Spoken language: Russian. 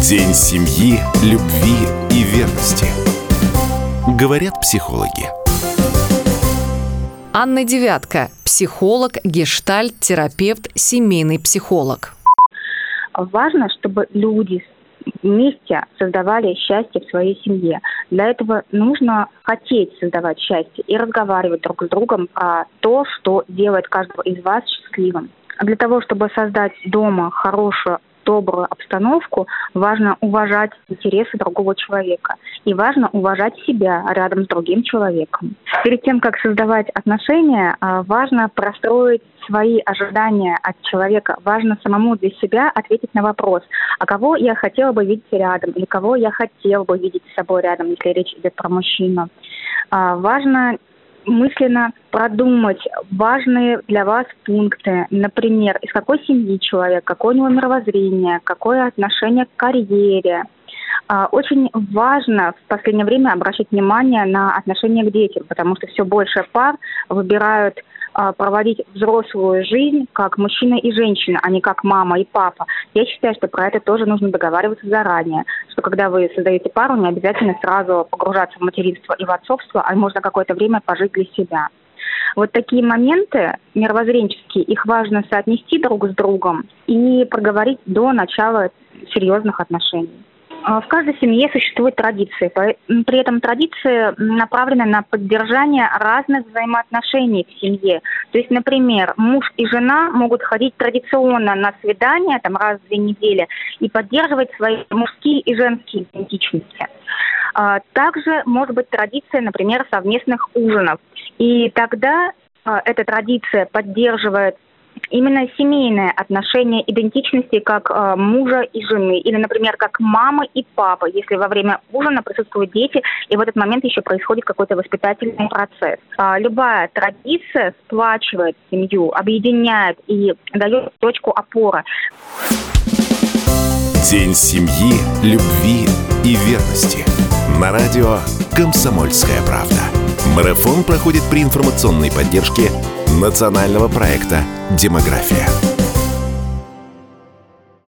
День семьи, любви и верности. Говорят психологи. Анна Девятко, психолог, гештальт-терапевт, семейный психолог. Важно, чтобы люди вместе создавали счастье в своей семье. Для этого нужно хотеть создавать счастье и разговаривать друг с другом про то, что делает каждого из вас счастливым. Для того, чтобы создать дома хорошую, добрую обстановку, важно уважать интересы другого человека. И важно уважать себя рядом с другим человеком. Перед тем, как создавать отношения, важно простроить свои ожидания от человека. Важно самому для себя ответить на вопрос, а кого я хотела бы видеть рядом, или кого я хотела бы видеть с собой рядом, если речь идет про мужчину. Важно мысленно продумать важные для вас пункты. Например, из какой семьи человек, какое у него мировоззрение, какое отношение к карьере. Очень важно в последнее время обращать внимание на отношение к детям, потому что все больше пар выбирают проводить взрослую жизнь как мужчина и женщина, а не как мама и папа. Я считаю, что про это тоже нужно договариваться заранее, что когда вы создаете пару, не обязательно сразу погружаться в материнство и в отцовство, а можно какое-то время пожить для себя. Вот такие моменты мировоззренческие, их важно соотнести друг с другом и проговорить до начала серьезных отношений. В каждой семье существуют традиции. При этом традиции направлены на поддержание разных взаимоотношений в семье. То есть, например, муж и жена могут ходить традиционно на свидания раз в 2 недели и поддерживать свои мужские и женские идентичности. Также может быть традиция, например, совместных ужинов. И тогда эта традиция поддерживает именно семейное отношение идентичности как мужа и жены. Или, например, как мамы и папа, если во время ужина присутствуют дети, и в этот момент еще происходит какой-то воспитательный процесс. Любая традиция сплачивает семью, объединяет и дает точку опоры. День семьи, любви и верности. На радио «Комсомольская правда». Марафон проходит при информационной поддержке национального проекта «Демография».